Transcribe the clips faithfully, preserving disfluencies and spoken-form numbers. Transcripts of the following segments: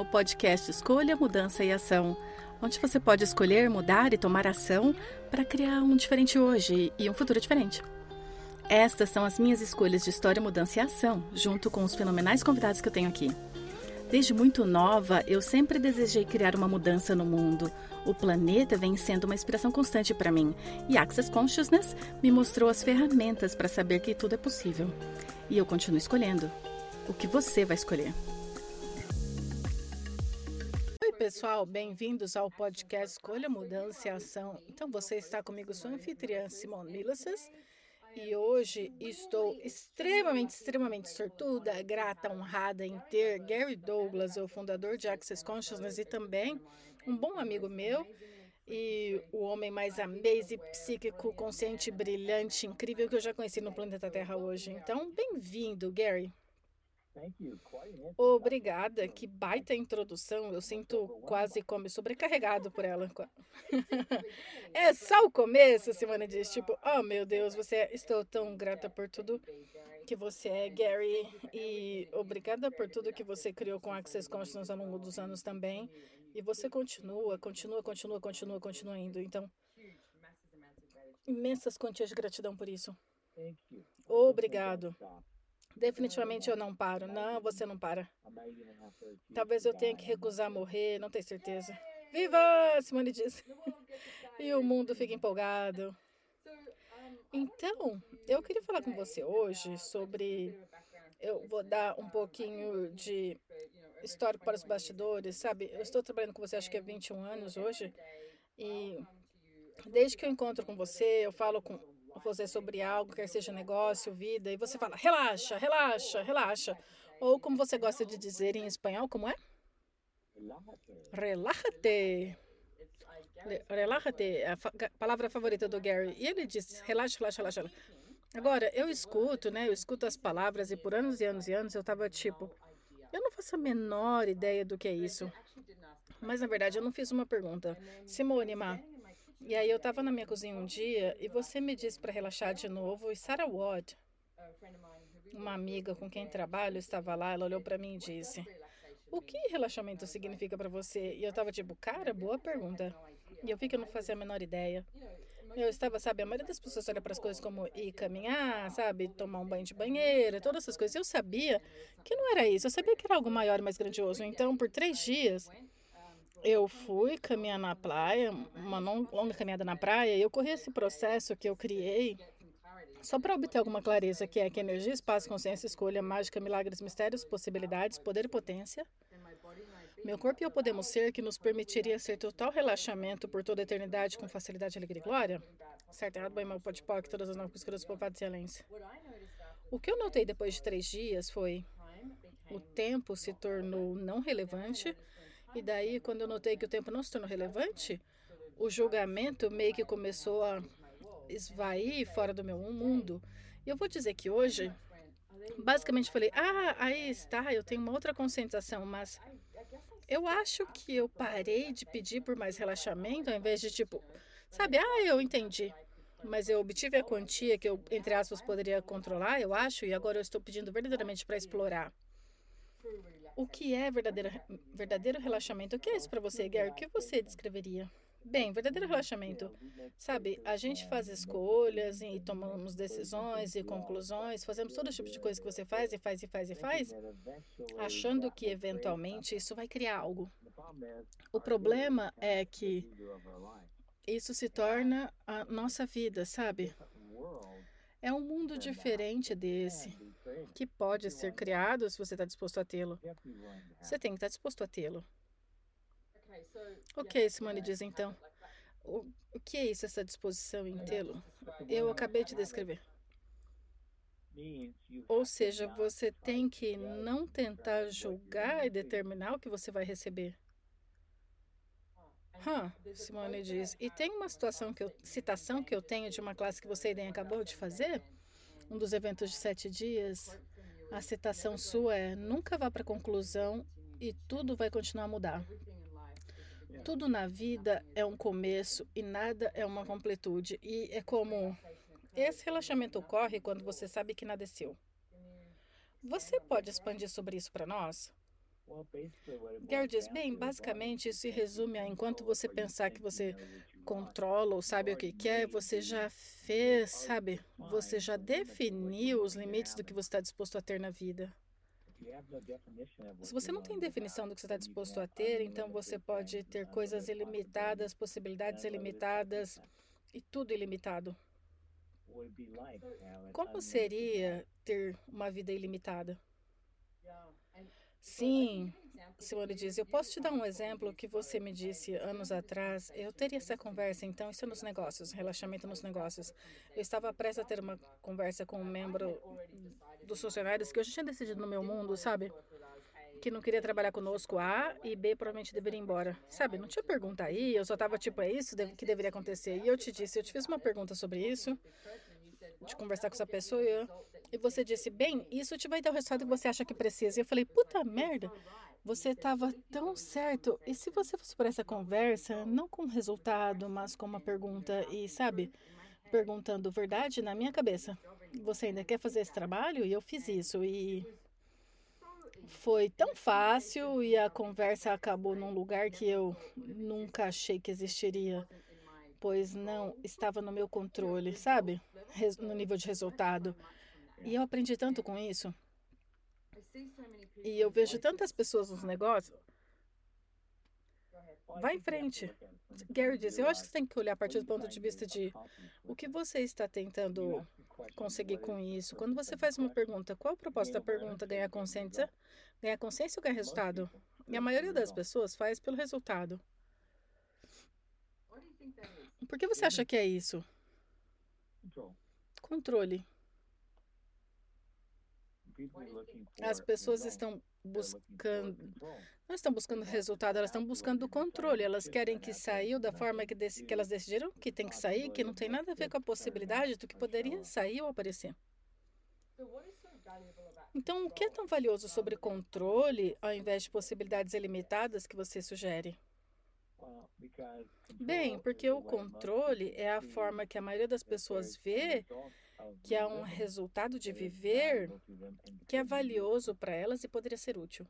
podcast Escolha, Mudança e Ação, onde você pode escolher, mudar e tomar ação para criar um diferente hoje e um futuro diferente. Estas são as minhas escolhas de história, mudança e ação, junto com os fenomenais convidados que eu tenho aqui. Desde muito nova, eu sempre desejei criar uma mudança no mundo. O planeta vem sendo uma inspiração constante para mim, e Access Consciousness me mostrou as ferramentas para saber que tudo é possível. E eu continuo escolhendo. O que você vai escolher? Oi, pessoal, bem-vindos ao podcast Escolha, Mudança e Ação. Então, você está comigo, sou a anfitriã Simone Milassas, e hoje estou extremamente, extremamente sortuda, grata, honrada em ter Gary Douglas, o fundador de Access Consciousness, e também um bom amigo meu, e o homem mais amazing, psíquico, consciente, brilhante, incrível que eu já conheci no planeta Terra hoje. Então, bem-vindo, Gary. Obrigada, que baita introdução, eu sinto quase como sobrecarregado por ela. É só o começo, Simone diz, tipo, oh meu Deus, você, estou tão grata por tudo que você é, Gary, e obrigada por tudo que você criou com Access Consciousness ao longo dos anos também, e você continua, continua, continua, continua, continua indo, então, imensas quantias de gratidão por isso. Obrigado. Definitivamente eu não paro. Não, você não para. Talvez eu tenha que recusar morrer, não tenho certeza. Viva! Simone diz. E o mundo fica empolgado. Então, eu queria falar com você hoje sobre... Eu vou dar um pouquinho de histórico para os bastidores, sabe? Eu estou trabalhando com você acho que há vinte e um anos hoje. E desde que eu encontro com você, eu falo com você sobre algo, quer seja negócio, vida, e você fala, relaxa, relaxa, relaxa. Ou como você gosta de dizer em espanhol, como é? Relájate. Relájate, é a fa palavra favorita do Gary. E ele diz, relaxa, relaxa, relaxa. Agora, eu escuto, né? Eu escuto as palavras e por anos e anos e anos eu tava tipo, eu não faço a menor ideia do que é isso. Mas, na verdade, eu não fiz uma pergunta. Simone, Má, e aí eu estava na minha cozinha um dia e você me disse para relaxar de novo e Sarah Watt, uma amiga com quem trabalho, estava lá, ela olhou para mim e disse, o que relaxamento significa para você? E eu estava tipo, cara, boa pergunta. E eu vi que eu não fazia a menor ideia. Eu estava, sabe, a maioria das pessoas olha para as coisas como ir caminhar, sabe, tomar um banho de banheira, todas essas coisas. Eu sabia que não era isso, eu sabia que era algo maior e mais grandioso. Então, por três dias... Eu fui caminhar na praia, uma longa caminhada na praia, e eu corri esse processo que eu criei só para obter alguma clareza, que é que energia, espaço, consciência, escolha, mágica, milagres, mistérios, possibilidades, poder e potência. Meu corpo e eu podemos ser, que nos permitiria ser total relaxamento por toda a eternidade com facilidade, alegria e glória. Certo, errado, bem, mal, pode, pode, todas as novas coisas, povoadas e excelência. O que eu notei depois de três dias foi o tempo se tornou não relevante. E daí, quando eu notei que o tempo não se tornou relevante, o julgamento meio que começou a esvair fora do meu mundo. E eu vou dizer que hoje, basicamente falei, ah, aí está, eu tenho uma outra conscientização, mas eu acho que eu parei de pedir por mais relaxamento, ao invés de tipo, sabe, ah, eu entendi. Mas eu obtive a quantia que eu, entre aspas, poderia controlar, eu acho, e agora eu estou pedindo verdadeiramente para explorar. O que é verdadeiro, verdadeiro relaxamento? O que é isso para você, Gary? O que você descreveria? Bem, verdadeiro relaxamento, sabe, a gente faz escolhas e tomamos decisões e conclusões, fazemos todo tipo de coisa que você faz e faz e faz e faz, achando que eventualmente isso vai criar algo. O problema é que isso se torna a nossa vida, sabe? É um mundo diferente desse, que pode ser criado se você está disposto a tê-lo. Você tem que estar disposto a tê-lo. Ok, Simone diz então. O, o que é isso, essa disposição em tê-lo? Eu acabei de descrever. Ou seja, você tem que não tentar julgar e determinar o que você vai receber. Hã, Simone diz. E tem uma situação que eu, citação que eu tenho de uma classe que você nem acabou de fazer? Um dos eventos de sete dias. A citação sua é, nunca vá para a conclusão e tudo vai continuar a mudar. Tudo na vida é um começo e nada é uma completude. E é como... Esse relaxamento ocorre quando você sabe que nada é seu. Você pode expandir sobre isso para nós? Gary diz, bem, basicamente isso se resume a enquanto você pensar que você controla ou sabe o que quer, você já fez, sabe? Você já definiu os limites do que você está disposto a ter na vida. Se você não tem definição do que você está disposto a ter, então você pode ter coisas ilimitadas, possibilidades ilimitadas e tudo ilimitado. Como seria ter uma vida ilimitada? Sim, Simone diz, eu posso te dar um exemplo que você me disse anos atrás. Eu teria essa conversa, então, isso é nos negócios, relaxamento nos negócios. Eu estava prestes a ter uma conversa com um membro dos funcionários que eu já tinha decidido no meu mundo, sabe? Que não queria trabalhar conosco, A, e B provavelmente deveria ir embora. Sabe, não tinha pergunta aí, eu só estava tipo, é isso que deveria acontecer. E eu te disse, eu te fiz uma pergunta sobre isso, de conversar com essa pessoa, e, eu, e você disse, bem, isso te vai dar o resultado que você acha que precisa. E eu falei, puta merda, você estava tão certo. E se você fosse para essa conversa, não com resultado, mas com uma pergunta, e sabe, perguntando verdade na minha cabeça, você ainda quer fazer esse trabalho? E eu fiz isso, e foi tão fácil, e a conversa acabou num lugar que eu nunca achei que existiria, pois não estava no meu controle, sabe? No nível de resultado. E eu aprendi tanto com isso. E eu vejo tantas pessoas nos negócios. Vai em frente. Gary diz, eu acho que você tem que olhar a partir do ponto de vista de o que você está tentando conseguir com isso. Quando você faz uma pergunta, qual é o propósito da pergunta? Ganhar consciência? Ganhar consciência ou ganhar resultado? E a maioria das pessoas faz pelo resultado. Por que você acha que é isso? Controle. As pessoas estão buscando, não estão buscando resultado, elas estão buscando controle. Elas querem que saiu da forma que, dec- que elas decidiram que tem que sair, que não tem nada a ver com a possibilidade do que poderia sair ou aparecer. Então, o que é tão valioso sobre controle, ao invés de possibilidades ilimitadas que você sugere? Bem, porque o controle é a forma que a maioria das pessoas vê que há um resultado de viver que é valioso para elas e poderia ser útil.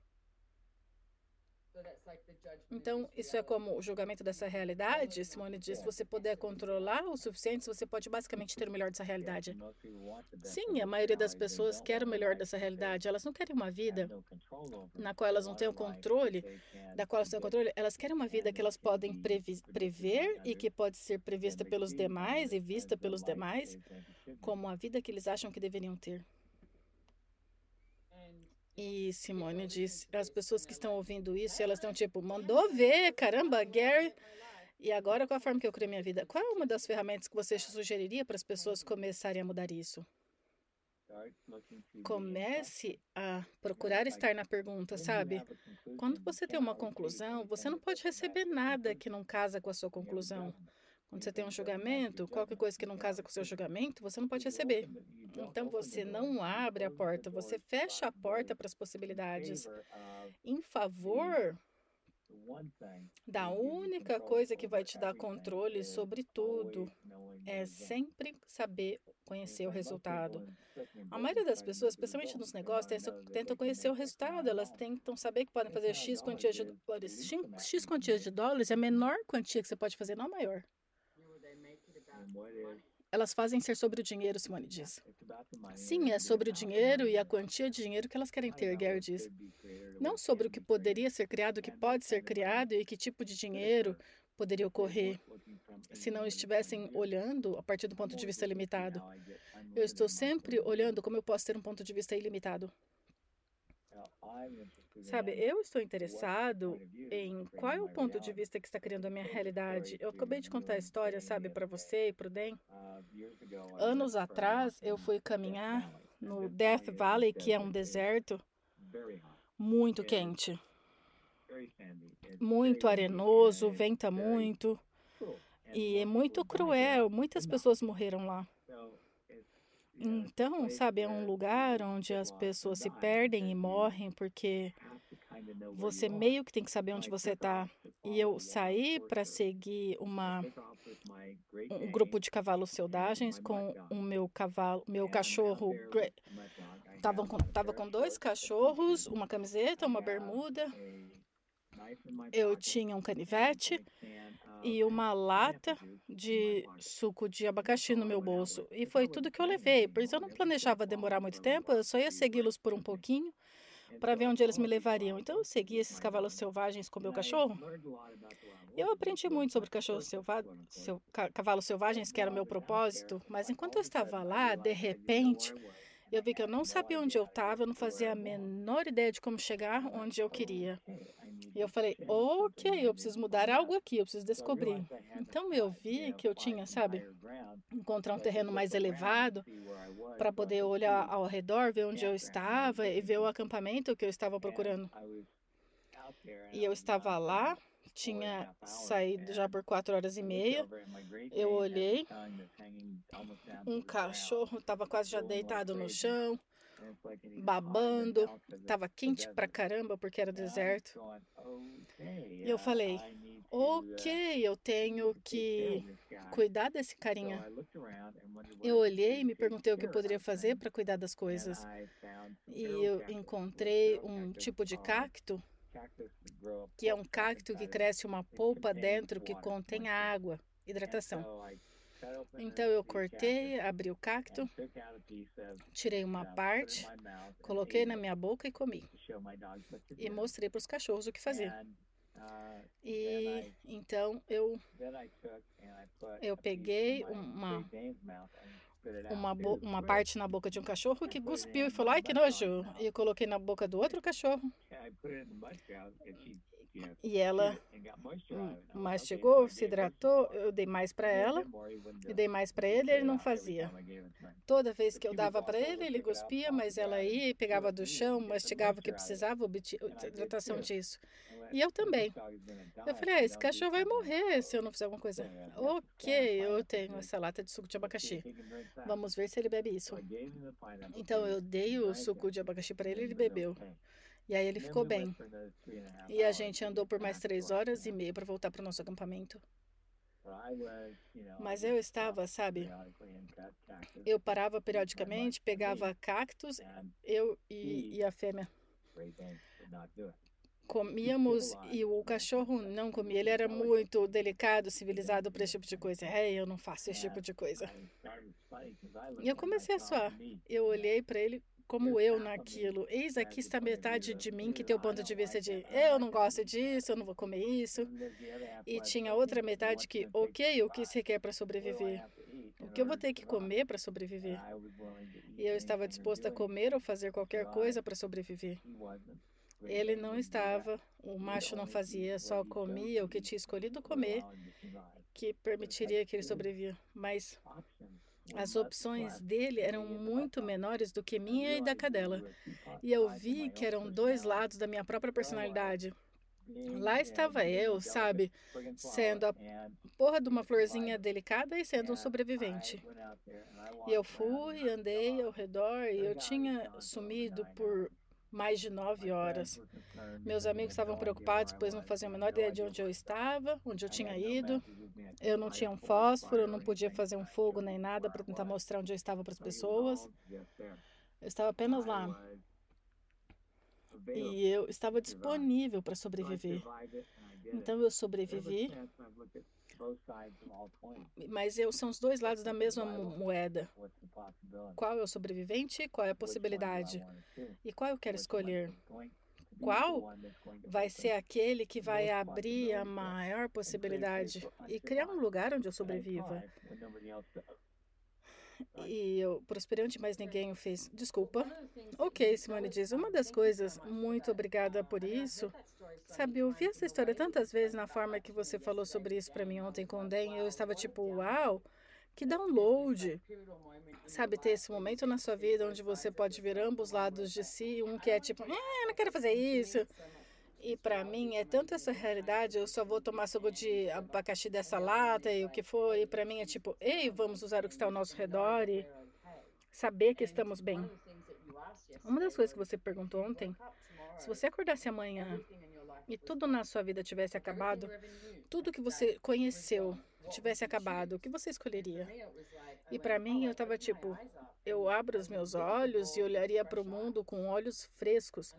Então, isso é como o julgamento dessa realidade. Simone diz, se você puder controlar o suficiente, você pode basicamente ter o melhor dessa realidade. Sim, a maioria das pessoas quer o melhor dessa realidade. Elas não querem uma vida na qual elas não têm o controle, da qual elas têm o controle. Elas querem uma vida que elas podem previ- prever e que pode ser prevista pelos demais e vista pelos demais como a vida que eles acham que deveriam ter. E Simone disse, as pessoas que estão ouvindo isso, elas estão tipo, mandou ver, caramba, Gary. E agora, qual a forma que eu criei minha vida? Qual é uma das ferramentas que você sugeriria para as pessoas começarem a mudar isso? Comece a procurar estar na pergunta, sabe? Quando você tem uma conclusão, você não pode receber nada que não casa com a sua conclusão. Quando você tem um julgamento, qualquer coisa que não casa com o seu julgamento, você não pode receber. Então, você não abre a porta, você fecha a porta para as possibilidades em favor da única coisa que vai te dar controle sobre tudo. É sempre saber conhecer o resultado. A maioria das pessoas, especialmente nos negócios, tentam, tentam conhecer o resultado. Elas tentam saber que podem fazer X quantia de dólares. X quantia de dólares é a menor quantia que você pode fazer, não a maior. Elas fazem ser sobre o dinheiro, Simone diz. Sim, é sobre o dinheiro e a quantia de dinheiro que elas querem ter, Gary diz. Não sobre o que poderia ser criado, o que pode ser criado e que tipo de dinheiro poderia ocorrer se não estivessem olhando a partir do ponto de vista limitado. Eu estou sempre olhando como eu posso ter um ponto de vista ilimitado. Sabe, eu estou interessado em qual é o ponto de vista que está criando a minha realidade. Eu acabei de contar a história, sabe, para você e para o Dan. Anos atrás, eu fui caminhar no Death Valley, que é um deserto muito quente, muito arenoso, venta muito e é muito cruel. Muitas pessoas morreram lá. Então, sabe, é um lugar onde as pessoas se perdem e morrem porque você meio que tem que saber onde você está. E eu saí para seguir uma um grupo de cavalos selvagens com o meu cavalo, meu cachorro. Tava com, tava com dois cachorros, uma camiseta, uma bermuda. Eu tinha um canivete e uma lata de suco de abacaxi no meu bolso. E foi tudo que eu levei, pois eu não planejava demorar muito tempo, eu só ia segui-los por um pouquinho para ver onde eles me levariam. Então eu segui esses cavalos selvagens com meu cachorro. Eu aprendi muito sobre cachorros selva seu, ca cavalos selvagens, que era o meu propósito, mas enquanto eu estava lá, de repente, eu vi que eu não sabia onde eu estava, eu não fazia a menor ideia de como chegar onde eu queria. E eu falei, ok, eu preciso mudar algo aqui, eu preciso descobrir. Então eu vi que eu tinha, sabe, encontrar um terreno mais elevado para poder olhar ao redor, ver onde eu estava e ver o acampamento que eu estava procurando. E eu estava lá, tinha saído já por quatro horas e meia. Eu olhei, um cachorro estava quase já deitado no chão, babando, estava quente pra caramba porque era deserto. E eu falei, ok, eu tenho que cuidar desse carinha. Eu olhei e me perguntei o que eu poderia fazer para cuidar das coisas. E eu encontrei um tipo de cacto, que é um cacto que cresce uma polpa dentro que contém água, hidratação. Então eu cortei, abri o cacto, tirei uma parte, coloquei na minha boca e comi. E mostrei para os cachorros o que fazer. E então eu, eu peguei uma, uma, uma parte na boca de um cachorro que cuspiu e falou, ai que nojo. E eu coloquei na boca do outro cachorro. E ela mastigou, se hidratou, eu dei mais para ela, e dei mais para ele, ele não fazia. Toda vez que eu dava para ele, ele cuspia, mas ela ia e pegava do chão, mastigava o que precisava, obtinha hidratação disso. E eu também. Eu falei, ah, esse cachorro vai morrer se eu não fizer alguma coisa. Ok, eu tenho essa lata de suco de abacaxi. Vamos ver se ele bebe isso. Então eu dei o suco de abacaxi para ele e ele bebeu. E aí ele ficou bem. E a gente andou por mais três horas e meia para voltar para o nosso acampamento. Mas eu estava, sabe, eu parava periodicamente, pegava cactos, eu e, e a fêmea comíamos e o cachorro não comia. Ele era muito delicado, civilizado para esse tipo de coisa. É, eu não faço esse tipo de coisa. E eu comecei a suar. Eu olhei para ele como eu naquilo. Eis aqui está metade de mim que tem o ponto de vista de eu não gosto disso, eu não vou comer isso. E tinha outra metade que, ok, o que você quer para sobreviver? O que eu vou ter que comer para sobreviver? E eu estava disposta a comer ou fazer qualquer coisa para sobreviver. Ele não estava, o macho não fazia, só comia o que tinha escolhido comer, que permitiria que ele sobrevivia. Mas as opções dele eram muito menores do que minha e da cadela. E eu vi que eram dois lados da minha própria personalidade. Lá estava eu, sabe, sendo a porra de uma florzinha delicada e sendo um sobrevivente. E eu fui, andei ao redor e eu tinha sumido por mais de nove horas. Meus amigos estavam preocupados, pois não faziam a menor ideia de onde eu estava, onde eu tinha ido. Eu não tinha um fósforo, eu não podia fazer um fogo nem nada para tentar mostrar onde eu estava para as pessoas. Eu estava apenas lá. E eu estava disponível para sobreviver. Então eu sobrevivi. Mas eu, são os dois lados da mesma moeda. Qual é o sobrevivente e qual é a possibilidade? E qual eu quero escolher? Qual vai ser aquele que vai abrir a maior possibilidade e criar um lugar onde eu sobreviva? E eu prosperei onde mais ninguém o fez. Desculpa. Ok, Simone diz. Uma das coisas, muito obrigada por isso. Sabe, eu ouvi essa história tantas vezes na forma que você falou sobre isso para mim ontem com o Dan. Eu estava tipo, uau, que download. Sabe, ter esse momento na sua vida onde você pode ver ambos lados de si. Um que é tipo, eh, não quero fazer isso. E para mim é tanto essa realidade, eu só vou tomar suco de abacaxi dessa lata e o que for. E para mim é tipo, ei, vamos usar o que está ao nosso redor e saber que estamos bem. Uma das coisas que você perguntou ontem, se você acordasse amanhã e tudo na sua vida tivesse acabado, tudo que você conheceu tivesse acabado, o que você escolheria? E para mim, eu estava tipo, eu abro os meus olhos e olharia para o mundo com olhos frescos.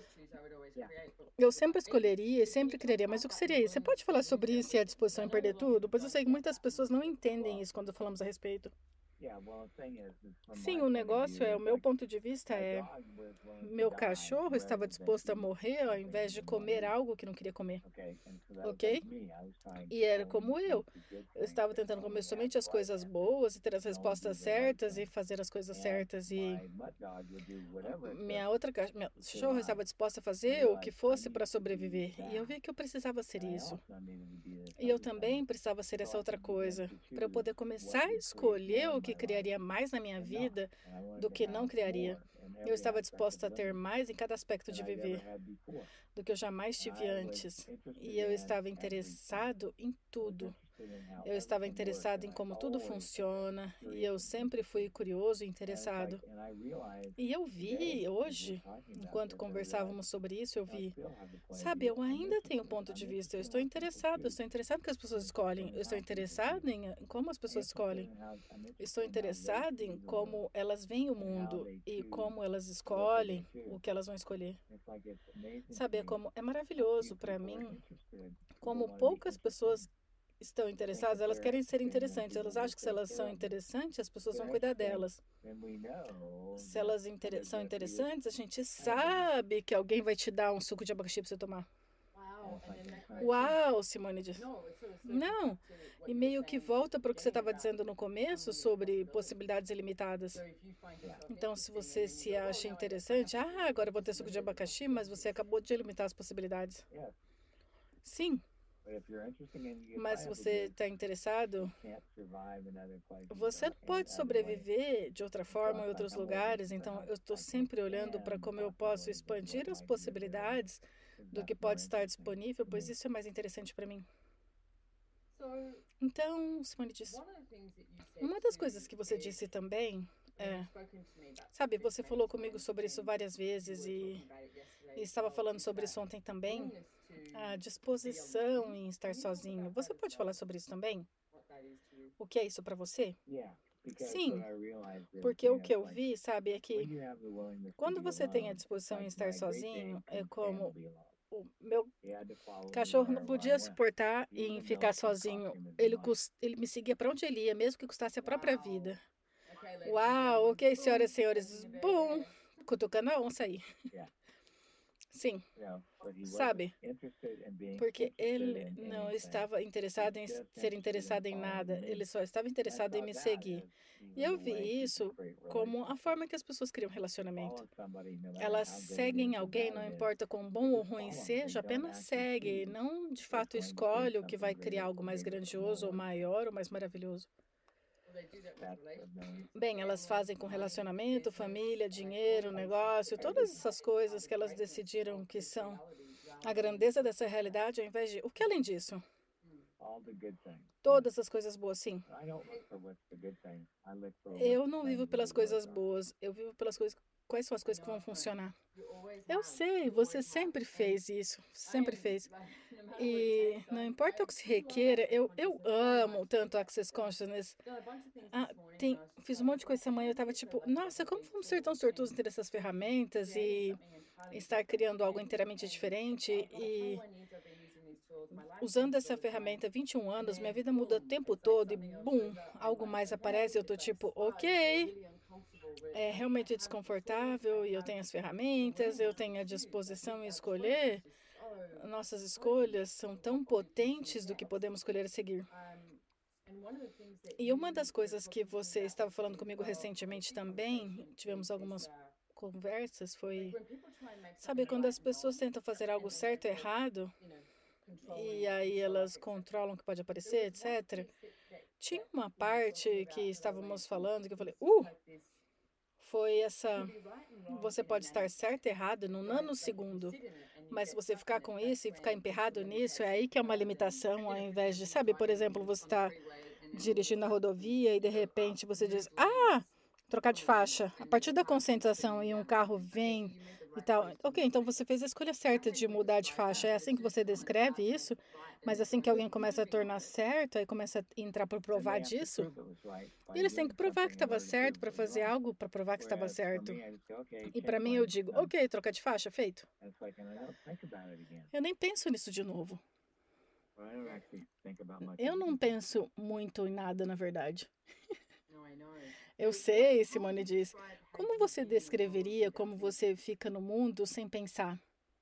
Eu sempre escolheria e sempre criaria, mas o que seria isso? Você pode falar sobre isso e a disposição em perder tudo? Pois eu sei que muitas pessoas não entendem isso quando falamos a respeito. Sim, o negócio é, o meu ponto de vista é, meu cachorro estava disposto a morrer ao invés de comer algo que não queria comer, ok? E era como eu, eu estava tentando comer somente as coisas boas e ter as respostas certas e fazer as coisas certas e minha outra minha cachorro estava disposta a fazer o que fosse para sobreviver e eu vi que eu precisava ser isso. E eu também precisava ser essa outra coisa, para eu poder começar a escolher o que criaria mais na minha vida do que não criaria. Eu estava disposta a ter mais em cada aspecto de viver do que eu jamais tive antes. E eu estava interessado em tudo. Eu estava interessado em como tudo funciona e eu sempre fui curioso e interessado. E eu vi hoje, enquanto conversávamos sobre isso, eu vi, sabe, eu ainda tenho ponto de vista, eu estou interessado, eu estou interessado no que as pessoas escolhem, eu estou interessado em como as pessoas escolhem, estou interessado em como elas veem o mundo e como elas escolhem o que elas vão escolher. Sabe, é, como, é maravilhoso para mim como poucas pessoas estão interessadas, elas querem ser interessantes, elas acham que se elas são interessantes, as pessoas vão cuidar delas. Se elas inter são interessantes, a gente sabe que alguém vai te dar um suco de abacaxi para você tomar. Uau, Simone diz. Não, e meio que volta para o que você estava dizendo no começo sobre possibilidades ilimitadas. Então, se você se acha interessante, ah, agora eu vou ter suco de abacaxi, mas você acabou de limitar as possibilidades. Sim. Mas se você está interessado, você não pode sobreviver de outra forma em outros lugares. Então, eu estou sempre olhando para como eu posso expandir as possibilidades do que pode estar disponível, pois isso é mais interessante para mim. Então, Simone disse, uma das coisas que você disse também é, sabe, você falou comigo sobre isso várias vezes e, e estava falando sobre isso ontem também, a disposição em estar sozinho. Você pode falar sobre isso também? O que é isso para você? Sim, porque o que eu vi, sabe, é que quando você tem a disposição em estar sozinho, é como o meu cachorro não podia suportar em ficar sozinho. Ele, ele me seguia para onde ele ia, mesmo que custasse a própria vida. Uau, ok, senhoras e senhores. Bom, cutucando a onça aí. Sim, sabe, porque ele não estava interessado em ser interessado em nada, ele só estava interessado em me seguir. E eu vi isso como a forma que as pessoas criam relacionamento. Elas seguem alguém, não importa quão bom ou ruim seja, apenas segue, não de fato escolhe o que vai criar algo mais grandioso ou maior ou mais maravilhoso. Bem, elas fazem com relacionamento, família, dinheiro, negócio, todas essas coisas que elas decidiram que são a grandeza dessa realidade, ao invés de... O que além disso? Todas as coisas boas, sim. Eu não vivo pelas coisas boas, eu vivo pelas coisas... Quais são as coisas que vão funcionar? Eu sei, você sempre fez isso, sempre fez. E não importa o que se requeira, eu, eu amo tanto Access Consciousness. Ah, tem, fiz um monte de coisa essa manhã, eu estava tipo, nossa, como vamos ser tão sortudos em ter essas ferramentas e estar criando algo inteiramente diferente e usando essa ferramenta há vinte e um anos, minha vida muda o tempo todo e, bum, algo mais aparece e eu tô tipo, ok, é realmente desconfortável e eu tenho as ferramentas, eu tenho a disposição em escolher. Nossas escolhas são tão potentes do que podemos escolher a seguir. E uma das coisas que você estava falando comigo recentemente também, tivemos algumas conversas, foi, sabe, quando as pessoas tentam fazer algo certo ou errado, e aí elas controlam o que pode aparecer, etcétera. Tinha uma parte que estávamos falando que eu falei, uh, foi essa, você pode estar certo e errado num nanosegundo, mas se você ficar com isso e ficar emperrado nisso, é aí que é uma limitação, ao invés de, sabe, por exemplo, você está dirigindo a rodovia e de repente você diz, ah, trocar de faixa. A partir da conscientização e um carro vem e tal. Ok, então você fez a escolha certa de mudar de faixa. É assim que você descreve isso? Mas assim que alguém começa a tornar certo, aí começa a entrar para provar disso, e eles têm que provar que estava certo para fazer algo para provar que estava certo. E para mim eu digo, ok, troca de faixa, feito. Eu nem penso nisso de novo. Eu não penso muito em nada, na verdade. Eu sei, Simone diz. Como você descreveria como você fica no mundo sem pensar?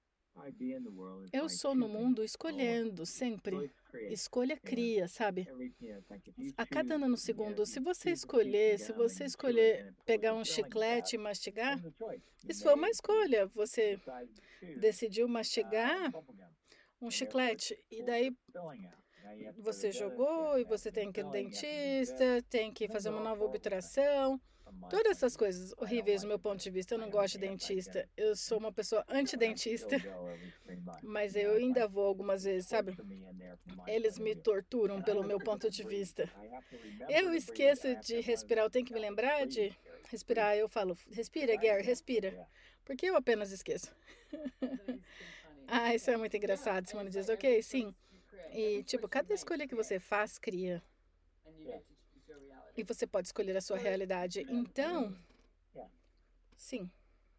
Eu sou no mundo escolhendo, sempre. Escolha cria, sabe? A cada nanosegundo, se você escolher, se você escolher pegar um chiclete e mastigar, isso foi uma escolha. Você decidiu mastigar um chiclete e daí você jogou e você tem que ir no dentista, tem que fazer uma nova obturação. Todas essas coisas horríveis do meu ponto de vista. Eu não gosto de dentista. Eu sou uma pessoa antidentista. Mas eu ainda vou algumas vezes, sabe? Eles me torturam pelo meu ponto de vista. Eu esqueço de respirar. Eu tenho que me lembrar de respirar. Eu falo, respira, Gary, respira. Porque eu apenas esqueço. Ah, isso é muito engraçado. Simone diz, ok, sim. E, tipo, cada escolha que você faz, cria. E você pode escolher a sua realidade. Então, sim.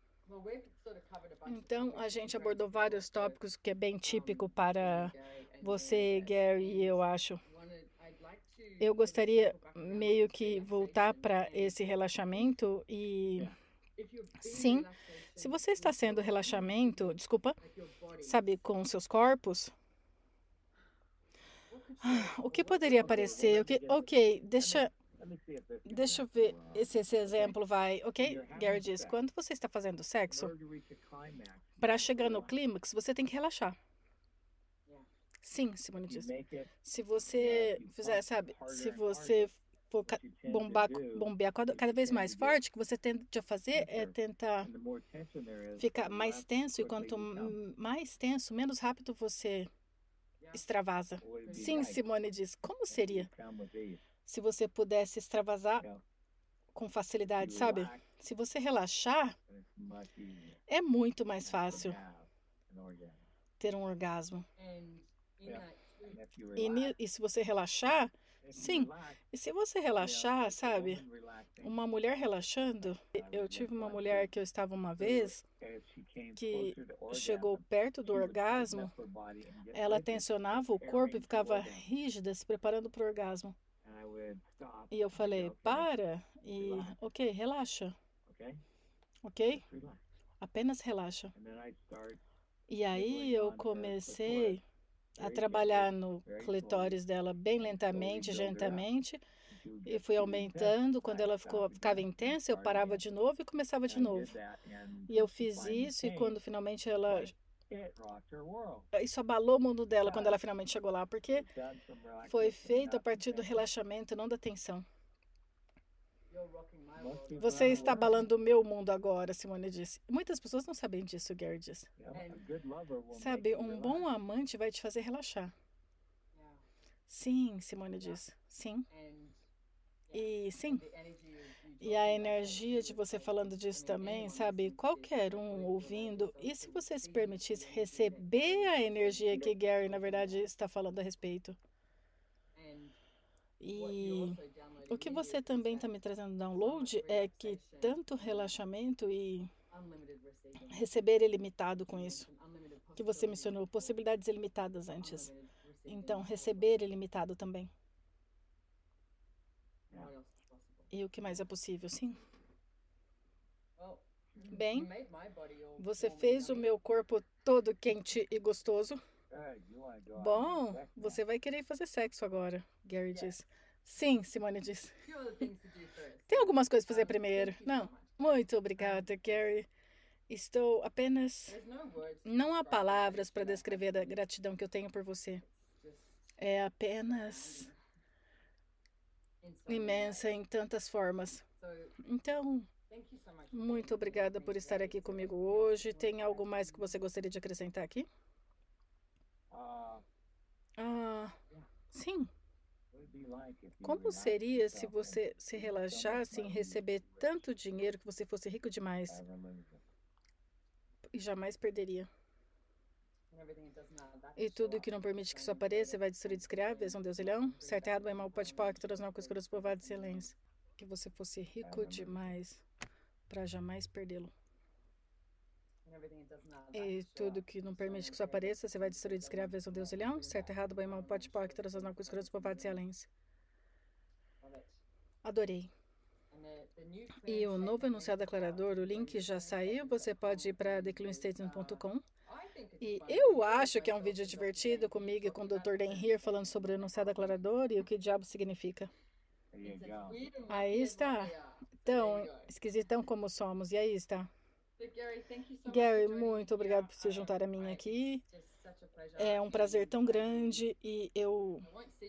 Então, a gente abordou vários tópicos que é bem típico para você, Gary, eu acho. Eu gostaria meio que voltar para esse relaxamento e, sim, se você está sendo relaxamento, desculpa, sabe, com seus corpos, o que poderia aparecer? O que, ok, deixa, deixa eu ver se esse exemplo vai. Ok, Gary diz, quando você está fazendo sexo, para chegar no clímax, você tem que relaxar. Sim, Simone diz. Se você fizer, sabe, se você for bombar, bombear cada vez mais forte, o que você tende a fazer é tentar ficar mais tenso, e quanto mais tenso, menos rápido você extravasa. Sim, Simone diz. Como seria se você pudesse extravasar com facilidade, sabe? Se você relaxar, é muito mais fácil ter um orgasmo. E, e se você relaxar, sim. E se você relaxar, sabe? Uma mulher relaxando. Eu tive uma mulher que eu estava uma vez que chegou perto do orgasmo. Ela tensionava o corpo e ficava rígida, se preparando para o orgasmo. E eu falei, para e, ok, relaxa. Ok? Apenas relaxa. E aí eu comecei a trabalhar no clitóris dela bem lentamente, gentilmente, e fui aumentando. Quando ela ficou, ficava intensa, eu parava de novo e começava de novo. E eu fiz isso, e quando finalmente ela... Isso abalou o mundo dela quando ela finalmente chegou lá, porque foi feito a partir do relaxamento, não da tensão. Você está abalando o meu mundo agora, Simone disse. Muitas pessoas não sabem disso, Gary disse. Sabe, um bom amante vai te fazer relaxar. Sim, Simone disse. Sim. E sim. E a energia de você falando disso também, sabe? Qualquer um ouvindo. E se você se permitisse receber a energia que Gary, na verdade, está falando a respeito? E o que você também está me trazendo download é que tanto relaxamento e receber ilimitado com isso, que você mencionou, possibilidades ilimitadas antes. Então, receber ilimitado também. E o que mais é possível, sim? Bem, você fez o meu corpo todo quente e gostoso. Bom, você vai querer fazer sexo agora, Gary diz. Sim, Simone diz. Tem algumas coisas para fazer primeiro. Não. Muito obrigada, Gary. Estou apenas... Não há palavras para descrever a gratidão que eu tenho por você. É apenas imensa em tantas formas. Então, muito obrigada por estar aqui comigo hoje. Tem algo mais que você gostaria de acrescentar aqui? Ah, sim. Como seria se você se relaxasse em receber tanto dinheiro que você fosse rico demais? e jamais perderia. E tudo que não permite que isso apareça vai destruir, descriar, vejam Deus e leão. Certo, errado, bem, mal, pode, pode, todas não coisas, povoado, silêncio. Que você fosse rico demais para jamais perdê-lo. E tudo que não permite que isso apareça, você vai destruir, descriar, vejam Deus e leão. Certo, errado, bem, mal, pode, pode, todas não coisas, povoado, silêncio. Adorei. E o novo enunciado declarador, o link já saiu, você pode ir para the clean statement ponto com. E eu acho que é um vídeo divertido comigo e com o doutor Dan Heer falando sobre o enunciado declarador e o que diabo significa. Aí está. Tão esquisitão como somos. E aí está. Gary, muito obrigado por se juntar a mim aqui. É um prazer tão grande e eu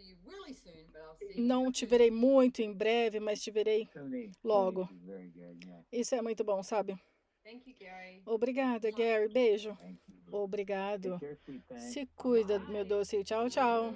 não te verei muito em breve, mas te verei logo. Isso é muito bom, sabe? Obrigada, Gary. Beijo. Obrigado. Se cuida, meu doce. Tchau, tchau.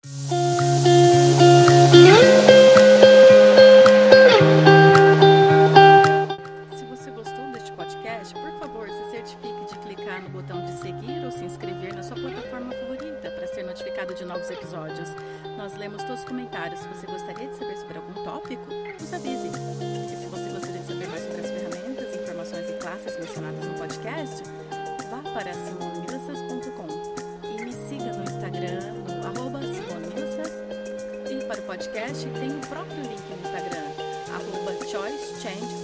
Se você gostou deste podcast, por favor, se certifique de clicar no botão de seguir ou se inscrever na sua plataforma favorita para ser notificado de novos episódios. Nós lemos todos os comentários. Se você gostaria de saber sobre algum tópico, nos avise. E se você gostaria de saber mais sobre as ferramentas, informações e classes mencionadas no podcast, vá para simone milsas ponto com e me siga no Instagram, no arroba simone milsas. E para o podcast, tem o próprio link no Instagram, arroba choice change